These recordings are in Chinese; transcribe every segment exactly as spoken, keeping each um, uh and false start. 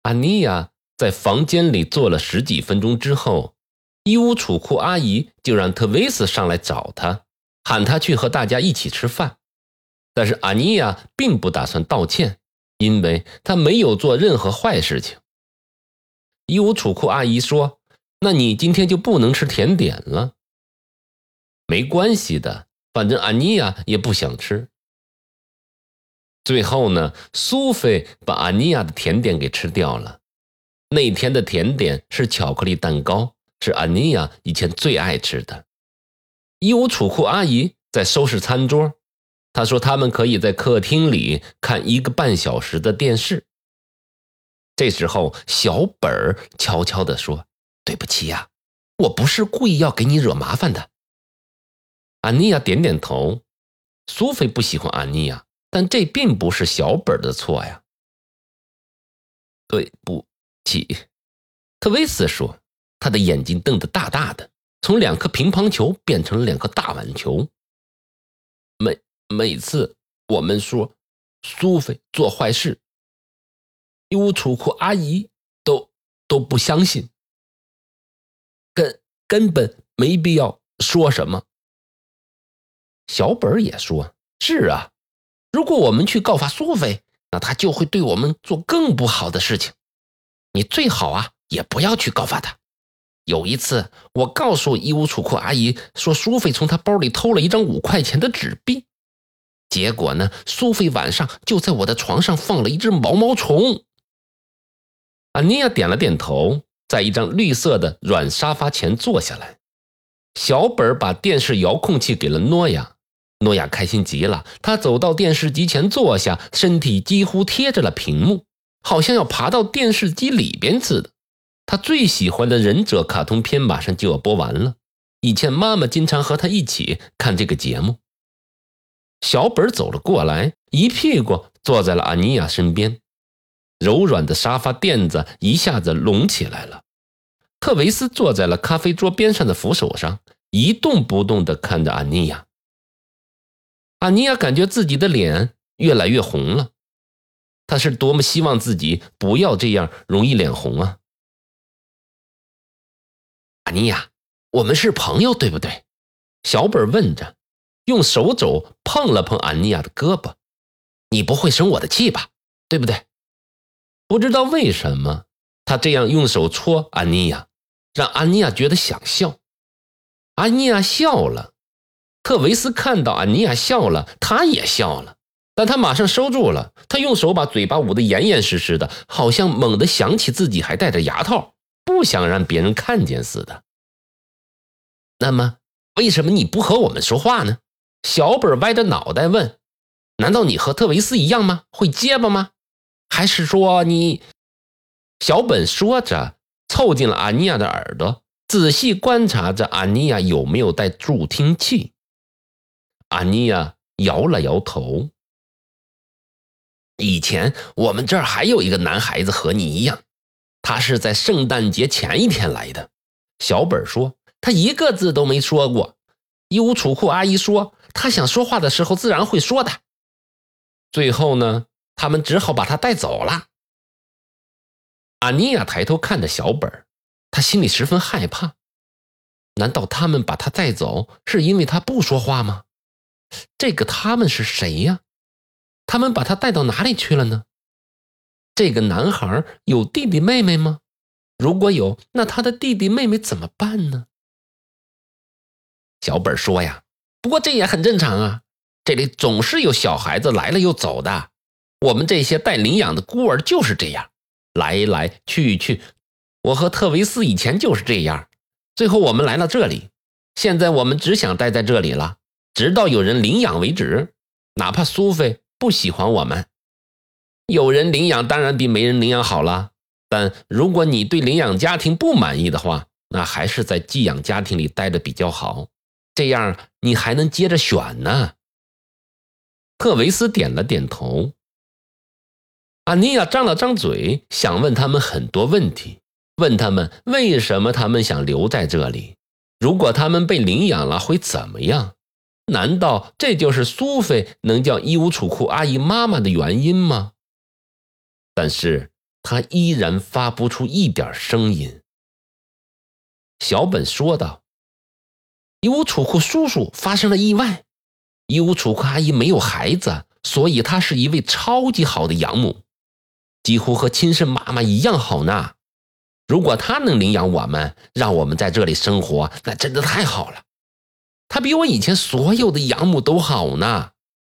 安妮亚在房间里坐了十几分钟之后，衣屋储库阿姨就让特维斯上来找她，喊她去和大家一起吃饭。但是安妮亚并不打算道歉，因为她没有做任何坏事情。衣屋储库阿姨说，那你今天就不能吃甜点了。没关系的，反正安妮亚也不想吃。最后呢，苏菲把安妮亚的甜点给吃掉了。那天的甜点是巧克力蛋糕，是安妮亚以前最爱吃的。衣屋储库阿姨在收拾餐桌，她说他们可以在客厅里看一个半小时的电视。这时候小本儿悄悄地说，对不起呀，我不是故意要给你惹麻烦的。安妮亚点点头。苏菲不喜欢安妮亚，但这并不是小本的错呀。对不起，特维斯说，他的眼睛瞪得大大的，从两颗乒乓球变成了两颗大碗球。每每次我们说苏菲做坏事，衣屋储库阿姨都都不相信，根根本没必要说什么。小本也说，是啊，如果我们去告发苏菲，那她就会对我们做更不好的事情。你最好啊，也不要去告发她。有一次，我告诉衣屋储库阿姨说，苏菲从她包里偷了一张五块钱的纸币。结果呢，苏菲晚上就在我的床上放了一只毛毛虫。安妮亚点了点头，在一张绿色的软沙发前坐下来。小本把电视遥控器给了诺亚。诺亚开心极了，他走到电视机前坐下，身体几乎贴着了屏幕，好像要爬到电视机里边似的。他最喜欢的忍者卡通片马上就要播完了，以前妈妈经常和他一起看这个节目。小本走了过来，一屁股坐在了安妮亚身边，柔软的沙发垫子一下子隆起来了。特维斯坐在了咖啡桌边上的扶手上，一动不动地看着安妮亚。安妮亚感觉自己的脸越来越红了，她是多么希望自己不要这样容易脸红啊！安妮亚，我们是朋友对不对？小本问着，用手肘碰了碰安妮亚的胳膊。你不会生我的气吧？对不对？不知道为什么，他这样用手戳安妮亚，让安妮亚觉得想笑。安妮亚笑了。特维斯看到安妮亚笑了，他也笑了，但他马上收住了。他用手把嘴巴捂得严严实实的，好像猛地想起自己还戴着牙套，不想让别人看见似的。那么，为什么你不和我们说话呢？小本歪着脑袋问。难道你和特维斯一样吗？会结巴吗？还是说你……小本说着，凑近了安妮亚的耳朵，仔细观察着安妮亚有没有带助听器。安妮亚摇了摇头。以前我们这儿还有一个男孩子和你一样，他是在圣诞节前一天来的。小本说，他一个字都没说过。衣屋储库阿姨说，他想说话的时候自然会说的。最后呢，他们只好把他带走了。安妮亚抬头看着小本，她心里十分害怕。难道他们把他带走是因为他不说话吗？这个他们是谁呀？他们把他带到哪里去了呢？这个男孩有弟弟妹妹吗？如果有，那他的弟弟妹妹怎么办呢？小本说呀，不过这也很正常啊，这里总是有小孩子来了又走的。我们这些带领养的孤儿就是这样，来来去去。我和特维斯以前就是这样，最后我们来了这里，现在我们只想待在这里了，直到有人领养为止，哪怕苏菲不喜欢我们。有人领养当然比没人领养好了，但如果你对领养家庭不满意的话，那还是在寄养家庭里待着比较好，这样你还能接着选呢。特维斯点了点头。安妮亚张了张嘴，想问他们很多问题，问他们为什么他们想留在这里，如果他们被领养了会怎么样？难道这就是苏菲能叫衣屋储库阿姨妈妈的原因吗？但是他依然发不出一点声音。小本说道：义乌楚库叔叔发生了意外，义乌楚库阿姨没有孩子，所以她是一位超级好的养母，几乎和亲生妈妈一样好呢。如果她能领养我们，让我们在这里生活，那真的太好了。她比我以前所有的养母都好呢。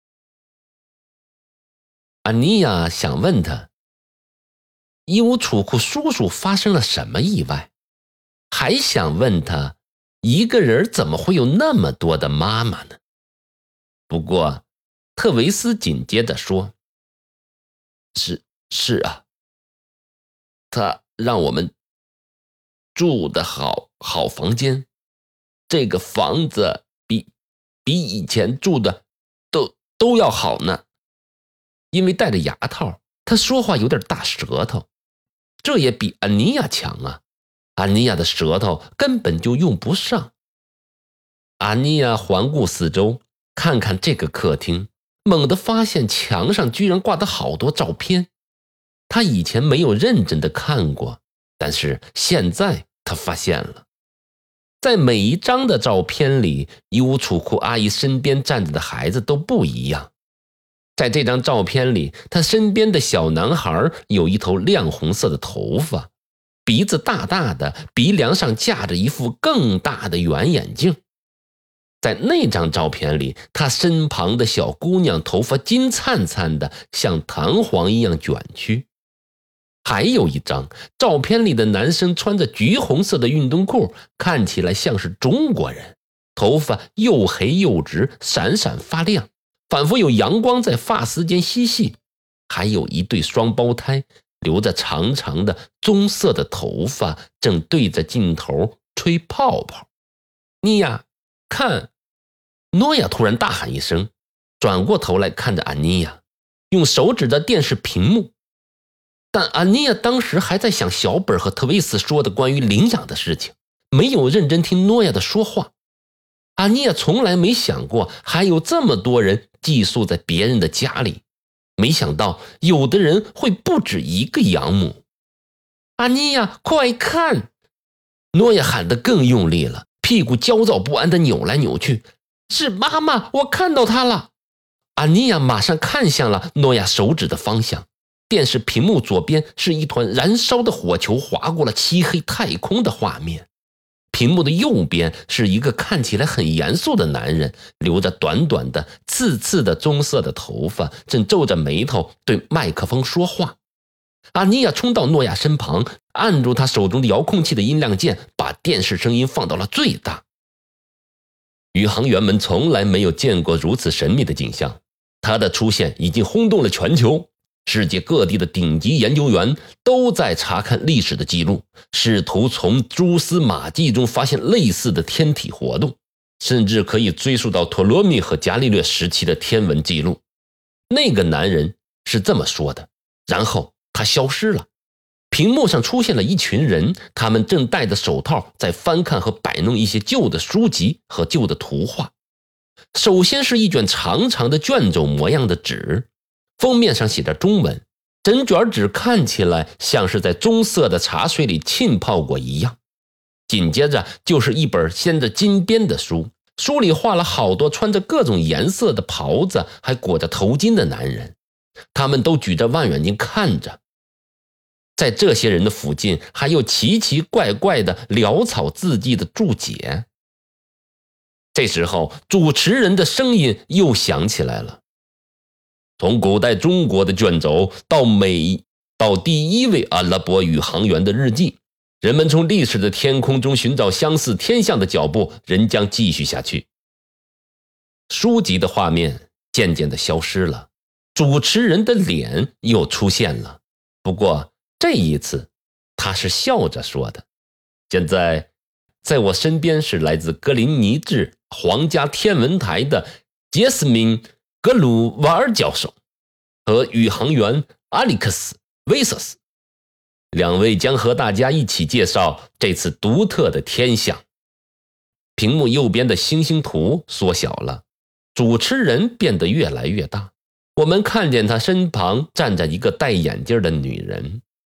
安妮亚想问他，义乌楚库叔叔发生了什么意外，还想问他，一个人怎么会有那么多的妈妈呢？不过特维斯紧接着说，是是啊，他让我们住的好好房间，这个房子比比以前住的都都要好呢。因为戴着牙套，他说话有点大舌头，这也比安妮亚强啊。安妮亚的舌头根本就用不上。安妮亚环顾四周，看看这个客厅，猛地发现墙上居然挂着好多照片。她以前没有认真的看过，但是现在她发现了，在每一张的照片里，义乌楚库阿姨身边站着的孩子都不一样。在这张照片里，他身边的小男孩有一头亮红色的头发，鼻子大大的，鼻梁上架着一副更大的圆眼镜。在那张照片里，他身旁的小姑娘头发金灿灿的，像弹簧一样卷曲。还有一张照片里的男生穿着橘红色的运动裤，看起来像是中国人，头发又黑又直，闪闪发亮，仿佛有阳光在发丝间嬉戏。还有一对双胞胎，留着长长的棕色的头发，正对着镜头吹泡泡。妮亚，看！诺亚突然大喊一声，转过头来看着安妮亚，用手指着电视屏幕。但安妮亚当时还在想小本和特维斯说的关于领养的事情，没有认真听诺亚的说话。安妮亚从来没想过还有这么多人寄宿在别人的家里，没想到有的人会不止一个养母。安妮亚，快看！诺亚喊得更用力了，屁股焦躁不安地扭来扭去。是妈妈，我看到她了。安妮亚马上看向了诺亚手指的方向，电视屏幕左边是一团燃烧的火球划过了漆黑太空的画面，屏幕的右边是一个看起来很严肃的男人，留着短短的刺刺的棕色的头发，正皱着眉头对麦克风说话。安妮亚冲到诺亚身旁，按住他手中的遥控器的音量键，把电视声音放到了最大。宇航员们从来没有见过如此神秘的景象，他的出现已经轰动了全球。世界各地的顶级研究员都在查看历史的记录，试图从蛛丝马迹中发现类似的天体活动，甚至可以追溯到托勒密和伽利略时期的天文记录。那个男人是这么说的，然后他消失了。屏幕上出现了一群人，他们正戴着手套在翻看和摆弄一些旧的书籍和旧的图画。首先是一卷长长的卷轴模样的纸，封面上写着中文，整卷纸看起来像是在棕色的茶水里浸泡过一样。紧接着就是一本镶着金边的书，书里画了好多穿着各种颜色的袍子还裹着头巾的男人，他们都举着望远镜看着。在这些人的附近还有奇奇怪怪的潦草字迹的注解。这时候主持人的声音又响起来了，从古代中国的卷轴到美到第一位阿拉伯宇航员的日记，人们从历史的天空中寻找相似天象的脚步仍将继续下去。书籍的画面渐渐地消失了，主持人的脸又出现了，不过这一次他是笑着说的。现在在我身边是来自格林尼治皇家天文台的杰斯敏·格鲁瓦尔教授和宇航员阿里克斯·维瑟斯，两位将和大家一起介绍这次独特的天象。屏幕右边的星星图缩小了，主持人变得越来越大，我们看见他身旁站着一个戴眼镜的女人，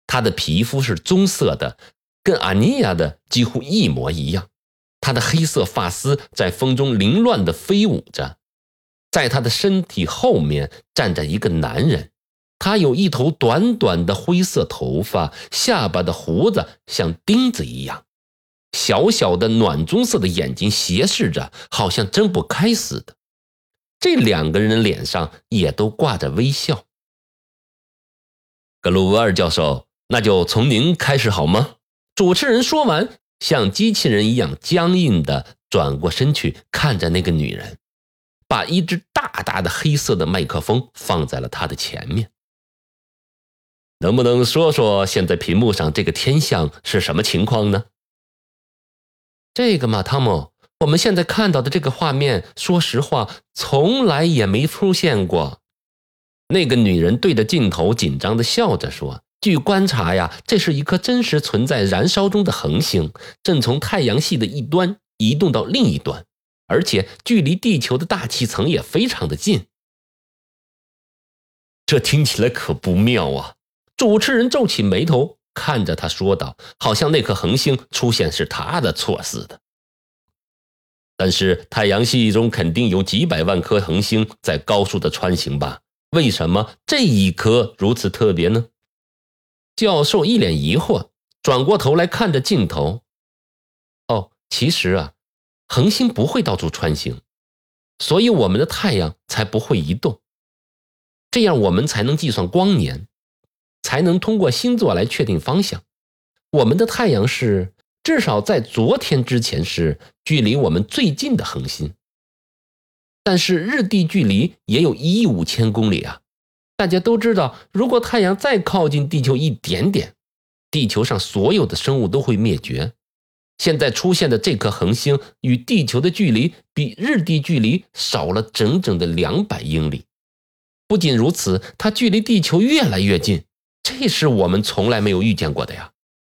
他的皮肤是棕色的，跟阿尼亚的几乎一模一样。他的黑色发丝在风中凌乱地飞舞着。在他的身体后面站着一个男人，他有一头短短的灰色头发，下巴的胡子像钉子一样，小小的暖棕色的眼睛斜视着，好像睁不开似的。这两个人脸上也都挂着微笑。格鲁维尔教授，那就从您开始好吗？主持人说完，像机器人一样僵硬地转过身去看着那个女人，把一只大大的黑色的麦克风放在了她的前面。能不能说说现在屏幕上这个天象是什么情况呢？这个嘛，汤姆，我们现在看到的这个画面，说实话，从来也没出现过。那个女人对着镜头紧张地笑着说，据观察呀，这是一颗真实存在燃烧中的恒星，正从太阳系的一端移动到另一端，而且距离地球的大气层也非常的近。这听起来可不妙啊！主持人皱起眉头，看着他说道，好像那颗恒星出现是他的错似的。但是太阳系中肯定有几百万颗恒星在高速的穿行吧？为什么这一颗如此特别呢？教授一脸疑惑，转过头来看着镜头。哦，其实啊，恒星不会到处穿行，所以我们的太阳才不会移动。这样我们才能计算光年，才能通过星座来确定方向。我们的太阳是，至少在昨天之前是距离我们最近的恒星。但是日地距离也有一亿五千公里啊！大家都知道，如果太阳再靠近地球一点点，地球上所有的生物都会灭绝。现在出现的这颗恒星与地球的距离比日地距离少了整整的两百英里。不仅如此，它距离地球越来越近，这是我们从来没有遇见过的呀。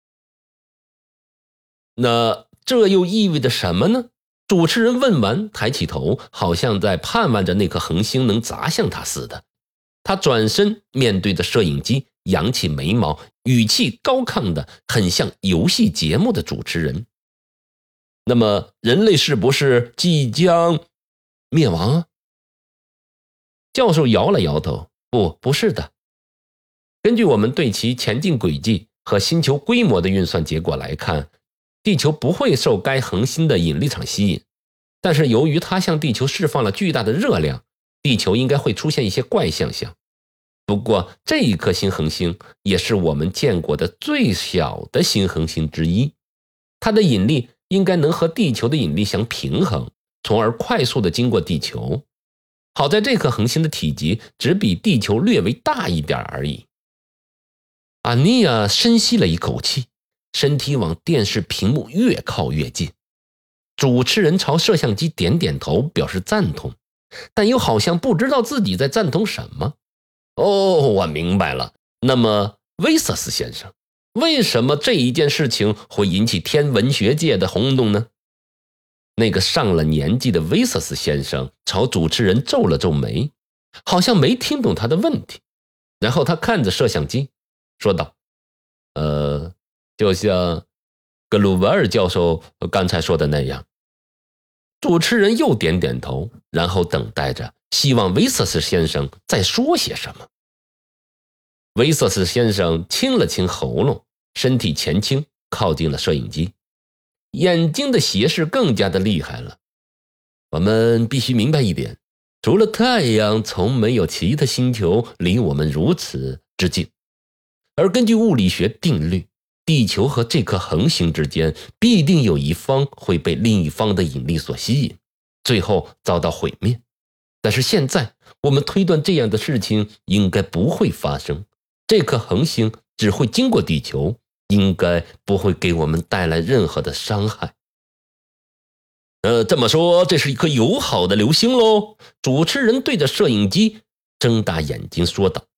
那这又意味着什么呢？主持人问完，抬起头，好像在盼望着那颗恒星能砸向他似的。他转身面对着摄影机，扬起眉毛，语气高亢的，很像游戏节目的主持人。那么人类是不是即将灭亡啊？教授摇了摇头，不，不是的。根据我们对其前进轨迹和星球规模的运算结果来看，地球不会受该恒星的引力场吸引，但是由于它向地球释放了巨大的热量，地球应该会出现一些怪现象。不过这一颗新恒星也是我们见过的最小的新恒星之一，它的引力应该能和地球的引力相平衡，从而快速地经过地球。好在这颗恒星的体积只比地球略微大一点而已。阿尼亚深吸了一口气，身体往电视屏幕越靠越近。主持人朝摄像机点点头，表示赞同，但又好像不知道自己在赞同什么。哦，我明白了。那么，威瑟斯先生，为什么这一件事情会引起天文学界的轰动呢？那个上了年纪的威瑟斯先生朝主持人皱了皱眉，好像没听懂他的问题。然后他看着摄像机，说道：呃，就像格鲁维尔教授刚才说的那样。主持人又点点头，然后等待着，希望威瑟斯先生再说些什么。威瑟斯先生清了清喉咙，身体前倾，靠近了摄影机，眼睛的斜视更加的厉害了。我们必须明白一点，除了太阳，从没有其他星球离我们如此之近。而根据物理学定律，地球和这颗恒星之间必定有一方会被另一方的引力所吸引，最后遭到毁灭。但是现在我们推断这样的事情应该不会发生，这颗恒星只会经过地球，应该不会给我们带来任何的伤害。呃，这么说，这是一颗友好的流星喽？主持人对着摄影机睁大眼睛说道。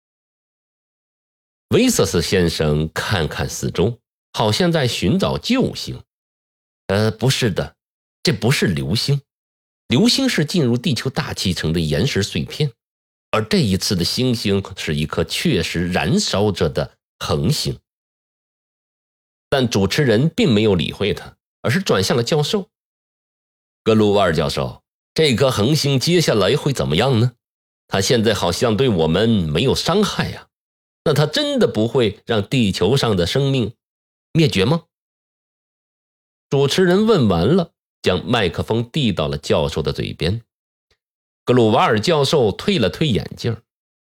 威瑟斯先生看看四周，好像在寻找救星。呃，不是的，这不是流星。流星是进入地球大气层的岩石碎片，而这一次的星星是一颗确实燃烧着的恒星。但主持人并没有理会他，而是转向了教授。格鲁瓦尔教授，这颗恒星接下来会怎么样呢？它现在好像对我们没有伤害呀、啊，那它真的不会让地球上的生命灭绝吗？主持人问完了，将麦克风递到了教授的嘴边。格鲁瓦尔教授推了推眼镜。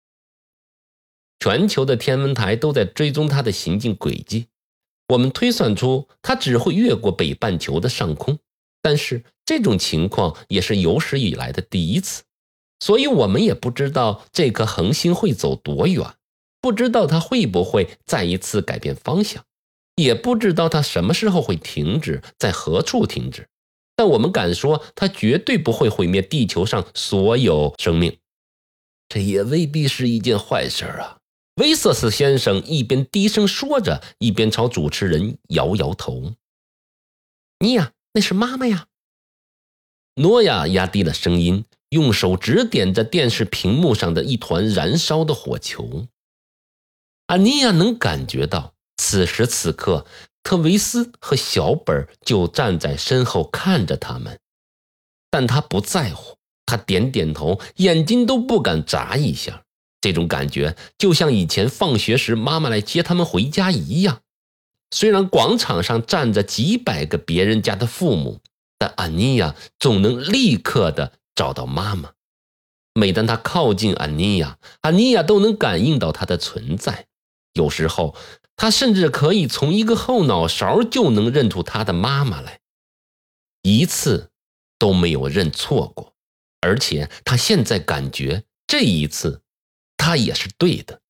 全球的天文台都在追踪它的行进轨迹，我们推算出它只会越过北半球的上空，但是这种情况也是有史以来的第一次，所以我们也不知道这颗恒星会走多远，不知道它会不会再一次改变方向，也不知道它什么时候会停止，在何处停止。但我们敢说，它绝对不会毁灭地球上所有生命。这也未必是一件坏事啊。威瑟斯先生一边低声说着，一边朝主持人摇摇头。你呀，那是妈妈呀。诺亚压低了声音，用手指点着电视屏幕上的一团燃烧的火球。安妮亚能感觉到，此时此刻，特维斯和小本就站在身后看着他们，但他不在乎，他点点头，眼睛都不敢眨一下。这种感觉就像以前放学时妈妈来接他们回家一样。虽然广场上站着几百个别人家的父母，但安妮亚总能立刻的找到妈妈。每当她靠近安妮亚，安妮亚都能感应到她的存在。有时候她甚至可以从一个后脑勺就能认出她的妈妈来，一次都没有认错过。而且她现在感觉这一次她也是对的。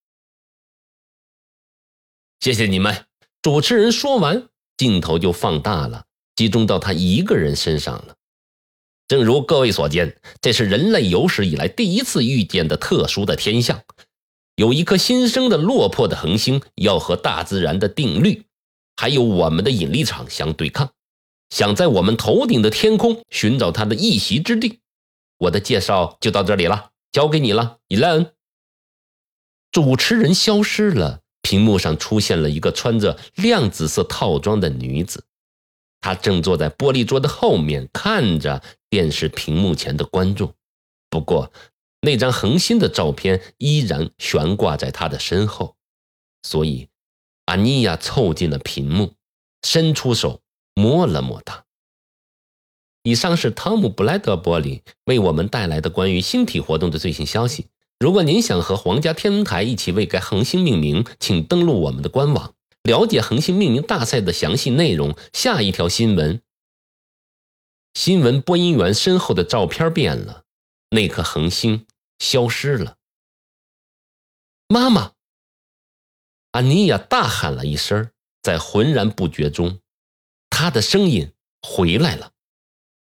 谢谢你们。主持人说完，镜头就放大了，集中到他一个人身上了。正如各位所见，这是人类有史以来第一次遇见的特殊的天象。有一颗新生的落魄的恒星要和大自然的定律，还有我们的引力场相对抗，想在我们头顶的天空寻找它的一席之地。我的介绍就到这里了，交给你了，伊莱恩。主持人消失了，屏幕上出现了一个穿着亮紫色套装的女子，她正坐在玻璃桌的后面，看着电视屏幕前的观众。不过那张恒星的照片依然悬挂在她的身后，所以安妮亚凑近了屏幕，伸出手摸了摸它。以上是汤姆·布莱德伯里为我们带来的关于星体活动的最新消息。如果您想和皇家天文台一起为该恒星命名，请登录我们的官网，了解恒星命名大赛的详细内容。下一条新闻，新闻播音员身后的照片变了，那颗恒星消失了。妈妈！安妮亚大喊了一声，在浑然不觉中，她的声音回来了。